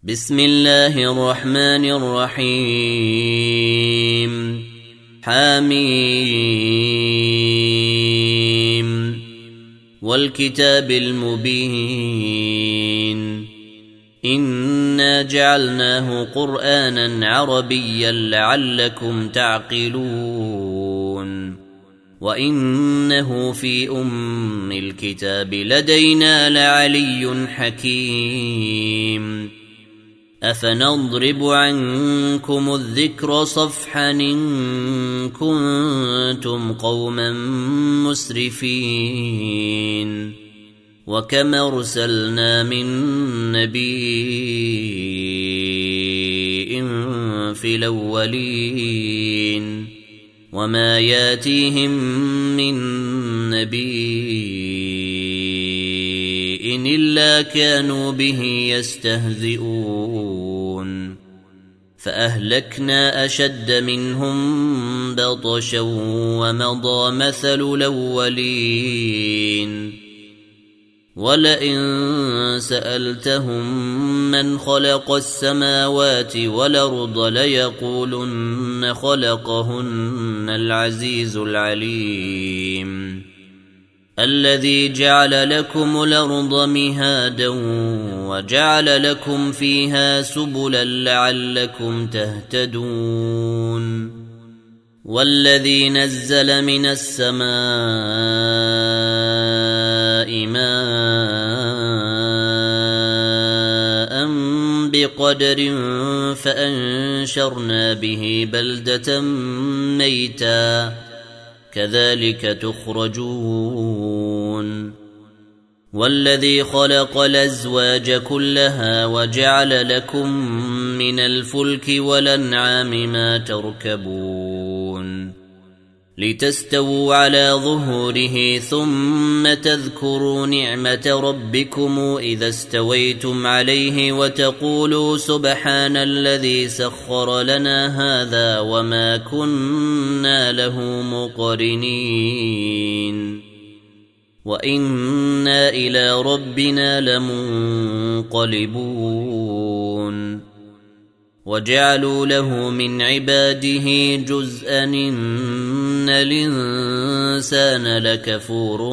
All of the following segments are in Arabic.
بسم الله الرحمن الرحيم حميم والكتاب المبين إنا جعلناه قرآنا عربيا لعلكم تعقلون وإنه في أم الكتاب لدينا لعلي حكيم أفنضرب عنكم الذكر صفحا إن كنتم قوما مسرفين وكم أرسلنا من نبي في الأولين وما ياتيهم من نبي إلا كانوا به يستهزئون فأهلكنا أشد منهم بطشا ومضى مثل الأولين ولئن سألتهم من خلق السماوات والأرض ليقولن خلقهن العزيز العليم الذي جعل لكم الأرض مهادا وجعل لكم فيها سبلا لعلكم تهتدون والذي نزل من السماء ماء بقدر فأنشرنا به بلدة ميتا كذلك تخرجون والذي خلق الأزواج كلها وجعل لكم من الفلك والأنعام ما تركبون لتستووا على ظهوره ثم تذكروا نعمة ربكم إذا استويتم عليه وتقولوا سبحان الذي سخر لنا هذا وما كنا له مقرنين وإنا إلى ربنا لمنقلبون وجعلوا له من عباده جزءا إن الإنسان لكفور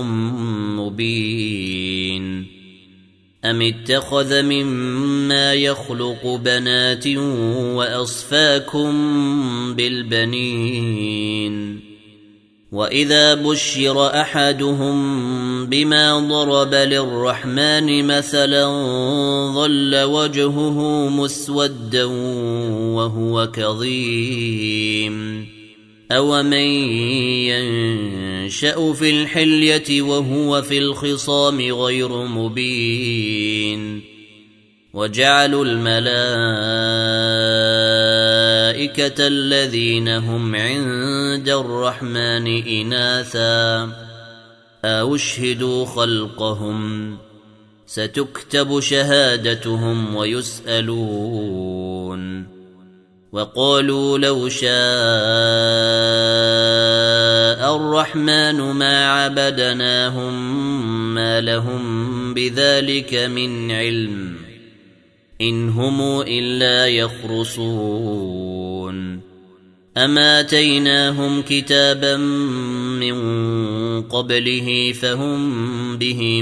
مبين أم اتخذ مما يخلق بنات وأصفاكم بالبنين وإذا بشر أحدهم بما ضرب للرحمن مثلا ظل وجهه مسودا وهو كظيم أومن ينشأ في الحلية وهو في الخصام غير مبين وجعلوا الملائكة الذين هم عند الرحمن إناثا أشهدوا خلقهم ستكتب شهادتهم ويسألون وقالوا لو شاء الرحمن ما عبدناهم ما لهم بذلك من علم إن هم إلا يخرصون أما آتيناهم كتابا من قبله فهم به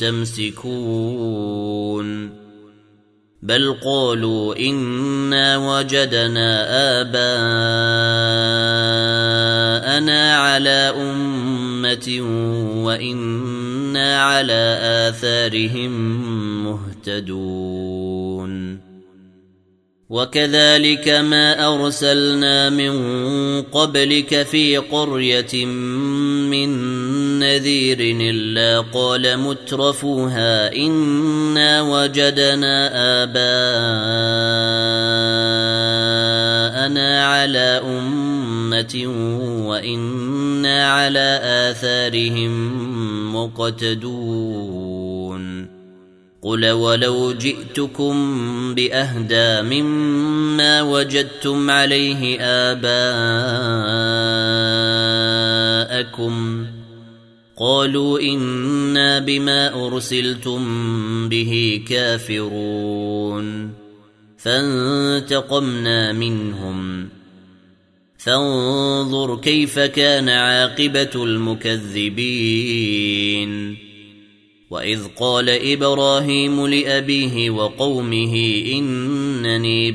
مستمسكون بل قالوا إنا وجدنا آباءنا على أمة وإنا على آثارهم مهتدون وكذلك ما أرسلنا من قبلك في قرية من نذير إلا قال مترفوها إنا وجدنا آباءنا على أمة وإنا على آثارهم مقتدون قل ولو جئتكم بأهدى مما وجدتم عليه آباءكم قالوا إنا بما أرسلتم به كافرون فانتقمنا منهم فانظر كيف كان عاقبة المكذبين وإذ قال إبراهيم لأبيه وقومه إنني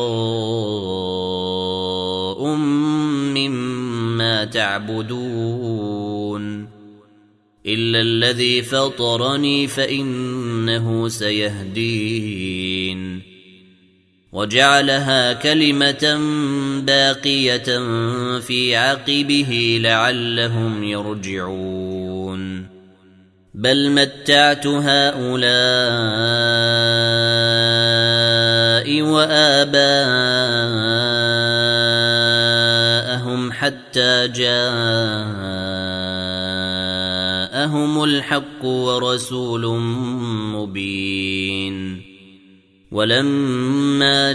براء مما تعبدون إلا الذي فطرني فإنه سيهدين وجعلها كلمة باقية في عقبه لعلهم يرجعون بل متعت هؤلاء وآباءهم حتى جاءهم الحق ورسول مبين ولما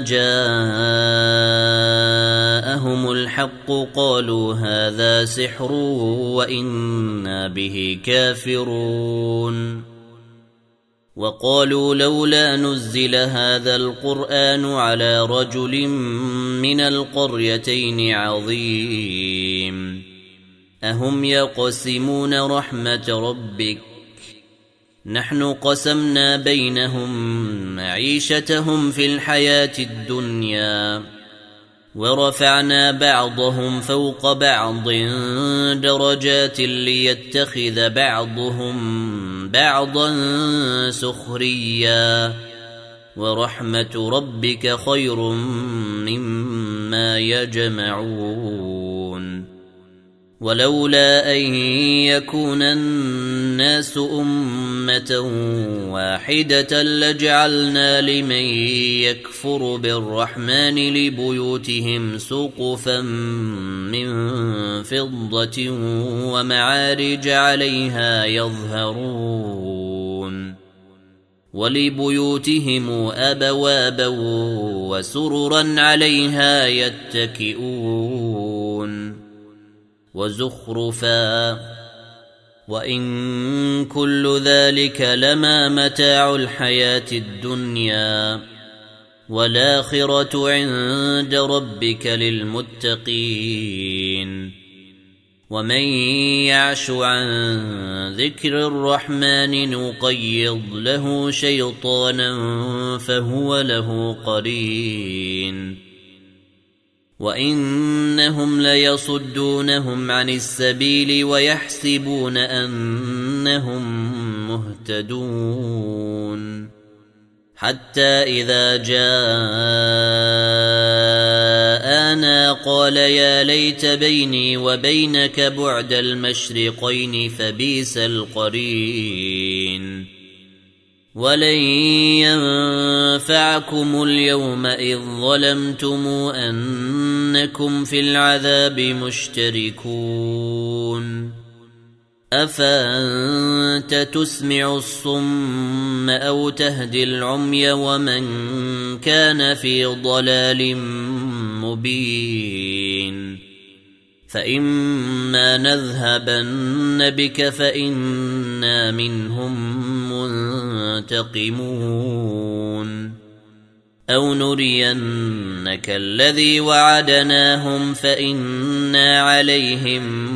جاءهم الحق قالوا هذا سحر وإنا به كافرون وقالوا لولا نزل هذا القرآن على رجل من القريتين عظيم أهم يقسمون رحمة ربك نحن قسمنا بينهم معيشتهم في الحياة الدنيا ورفعنا بعضهم فوق بعض درجات ليتخذ بعضهم بعضا سخريا ورحمة ربك خير مما يجمعون ولولا أن يكون الناس أمة واحدة لجعلنا لمن يكفر بالرحمن لبيوتهم سقفا من فضة ومعارج عليها يظهرون ولبيوتهم أبوابا وسررا عليها يتكئون وزخرفا وإن كل ذلك لما متاع الحياة الدنيا والآخرة عند ربك للمتقين ومن يعش عن ذكر الرحمن نقيض له شيطانا فهو له قرين وإنهم ليصدونهم عن السبيل ويحسبون أنهم مهتدون حتى إذا جاءنا قال يا ليت بيني وبينك بعد المشرقين فبئس القرين ولن ينفعكم اليوم إذ ظلمتم أنكم في العذاب مشتركون أفأنت تسمع الصم أو تهدي العمي ومن كان في ضلال مبين فإما نذهبن بك فإنا منهم منتقمون أو نرينك الذي وعدناهم فإنا عليهم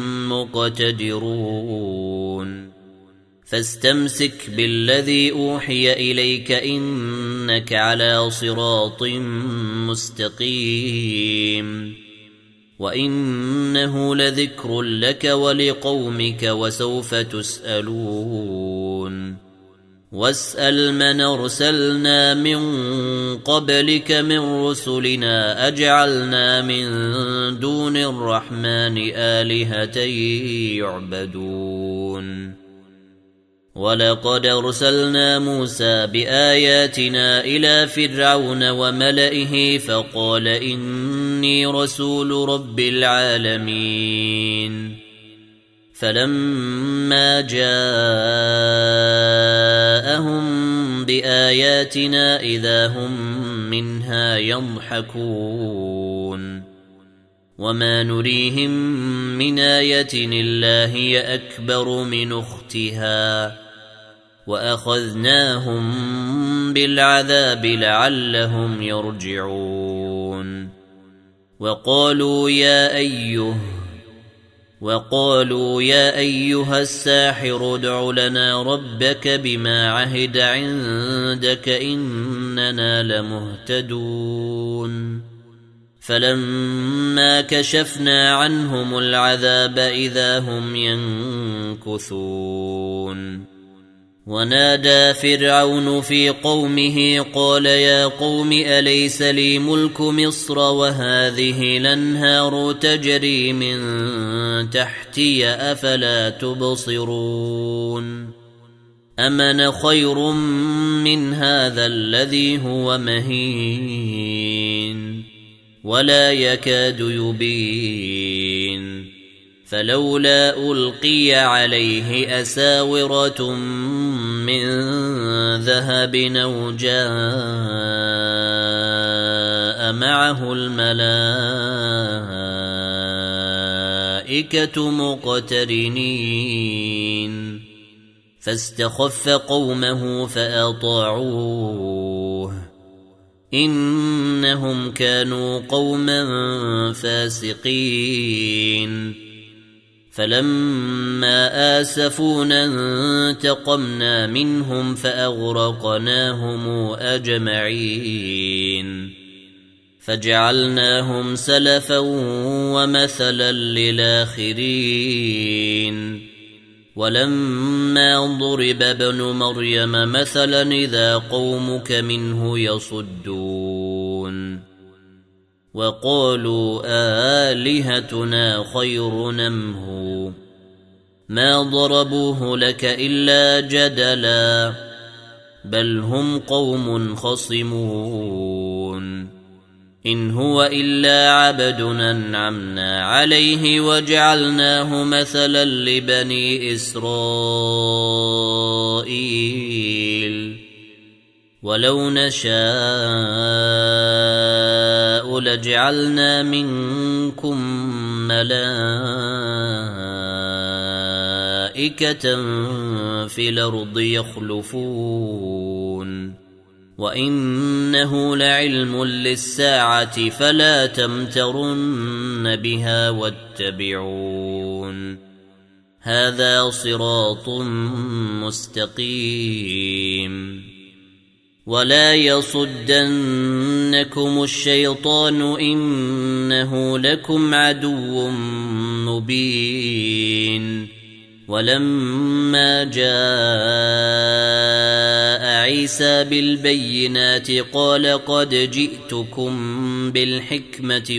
مقتدرون فاستمسك بالذي أوحي إليك إنك على صراط مستقيم وإنه لذكر لك ولقومك وسوف تسألون واسأل من أرسلنا من قبلك من رسلنا أجعلنا من دون الرحمن آلهة يعبدون ولقد أرسلنا موسى بآياتنا إلى فرعون وملئه فقال إني رسول رب العالمين فلما جاءهم بآياتنا إذا هم منها يضحكون وما نريهم من آية إلا هي أكبر من أختها وأخذناهم بالعذاب لعلهم يرجعون. وقالوا يا أيها الساحر ادع لنا ربك بما عهد عندك إننا لمهتدون. فلما كشفنا عنهم العذاب إذا هم ينكثون. ونادى فرعون في قومه قال يا قوم أليس لي ملك مصر وهذه الأنهار تجري من تحتي أفلا تبصرون. أمن خير من هذا الذي هو مهين ولا يكاد يبين. فلولا ألقي عليه أساورة من ذهب أو جاء معه الملائكة مقترنين. فاستخف قومه فأطاعوه إنهم كانوا قوما فاسقين. فلما آسفونا انتقمنا منهم فأغرقناهم أجمعين. فجعلناهم سلفا ومثلا للآخرين. ولما ضرب ابن مريم مثلا إذا قومك منه يصدون. وقالوا آلهتنا خير نمه ما ضربوه لك إلا جدلا بل هم قوم خصمون. إن هو إلا عبد أنعمنا عليه وجعلناه مثلا لبني إسرائيل. ولو نشاء لجعلنا منكم ملائكة في الأرض يخلفون. وإنه لعلم للساعة فلا تمترن بها واتبعون. هذا صراط مستقيم. ولا يصدنكم الشيطان إنه لكم عدو مبين. ولما جاء عيسى بالبينات قال قد جئتكم بالحكمة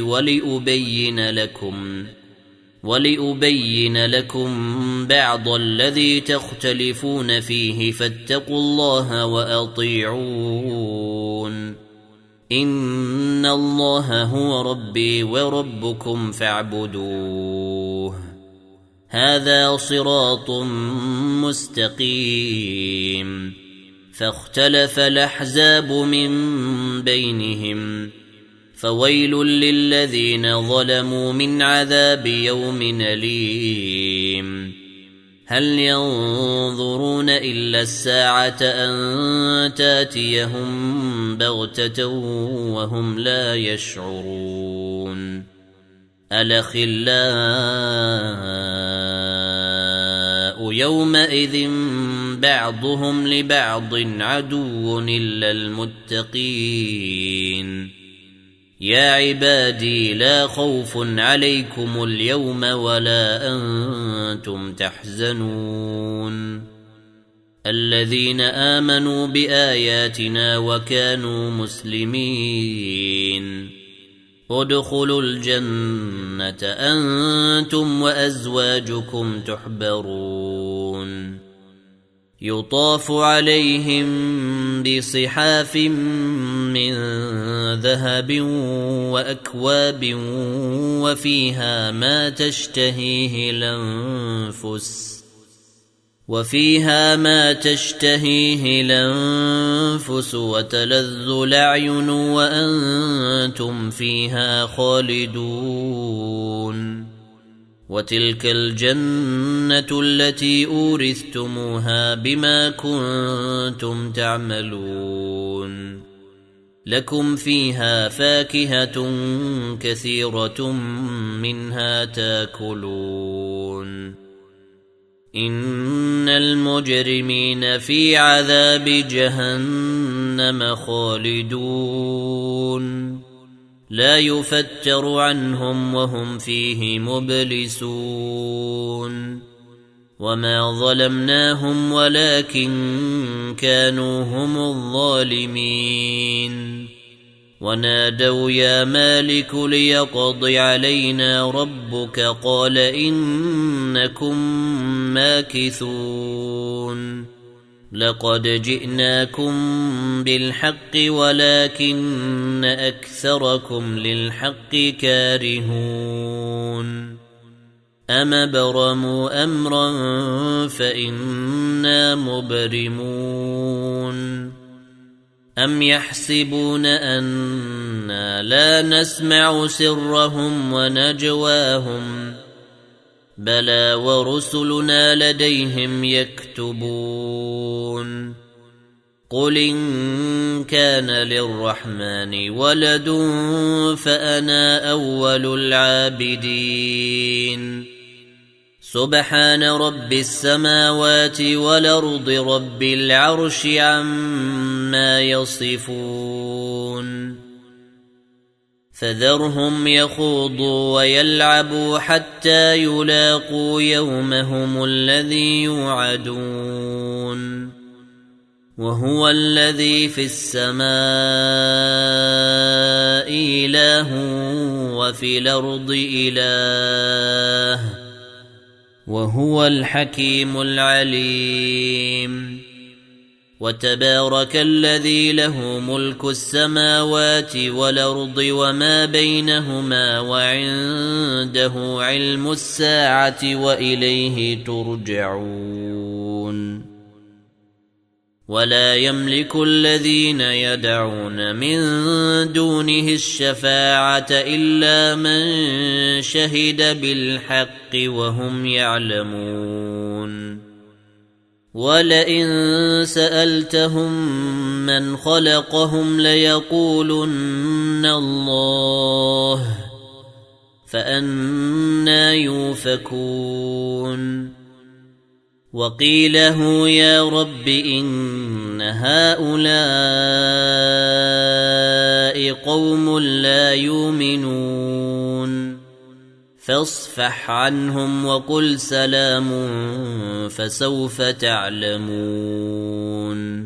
ولأبين لكم بعض الذي تختلفون فيه فاتقوا الله وأطيعون. إن الله هو ربي وربكم فاعبدوه. هذا صراط مستقيم. فاختلف الأحزاب من بينهم فويل للذين ظلموا من عذاب يوم أليم. هل ينظرون إلا الساعة أن تاتيهم بغتة وهم لا يشعرون. الأخلاء يومئذ بعضهم لبعض عدو إلا المتقين. يا عبادي لا خوف عليكم اليوم ولا أنتم تحزنون. الذين آمنوا بآياتنا وكانوا مسلمين ادخلوا الجنة أنتم وأزواجكم تحبرون. يطاف عليهم بصحاف من ذهب وأكواب وفيها ما تشتهيه الأنفس وتلذ الأعين وأنتم فيها خالدون. وتلك الجنة التي أورثتموها بما كنتم تعملون لكم فيها فاكهة كثيرة منها تاكلون إن المجرمين في عذاب جهنم خالدون لا يفتر عنهم وهم فيه مبلسون وما ظلمناهم ولكن كانوا هم الظالمين ونادوا يا مالك ليقض علينا ربك قال إنكم ماكثون لقد جئناكم بالحق ولكن أكثركم للحق كارهون أم برموا أمرا فإنا مبرمون أم يحسبون أنا لا نسمع سرهم ونجواهم بلى ورسلنا لديهم يكتبون قل إن كان للرحمن ولد فأنا أول العابدين سبحان رب السماوات والأرض رب العرش عما يصفون فذرهم يخوضوا ويلعبوا حتى يلاقوا يومهم الذي يوعدون وهو الذي في السماء إله وفي الأرض إله وهو الحكيم العليم وتبارك الذي له ملك السماوات والأرض وما بينهما وعنده علم الساعة وإليه ترجعون ولا يملك الذين يدعون من دونه الشفاعة إلا من شهد بالحق وهم يعلمون ولئن سألتهم من خلقهم ليقولن الله فأنى يؤفكون وقيله يا رب إن هؤلاء قوم لا يؤمنون فاصفح عنهم وقل سلام فسوف تعلمون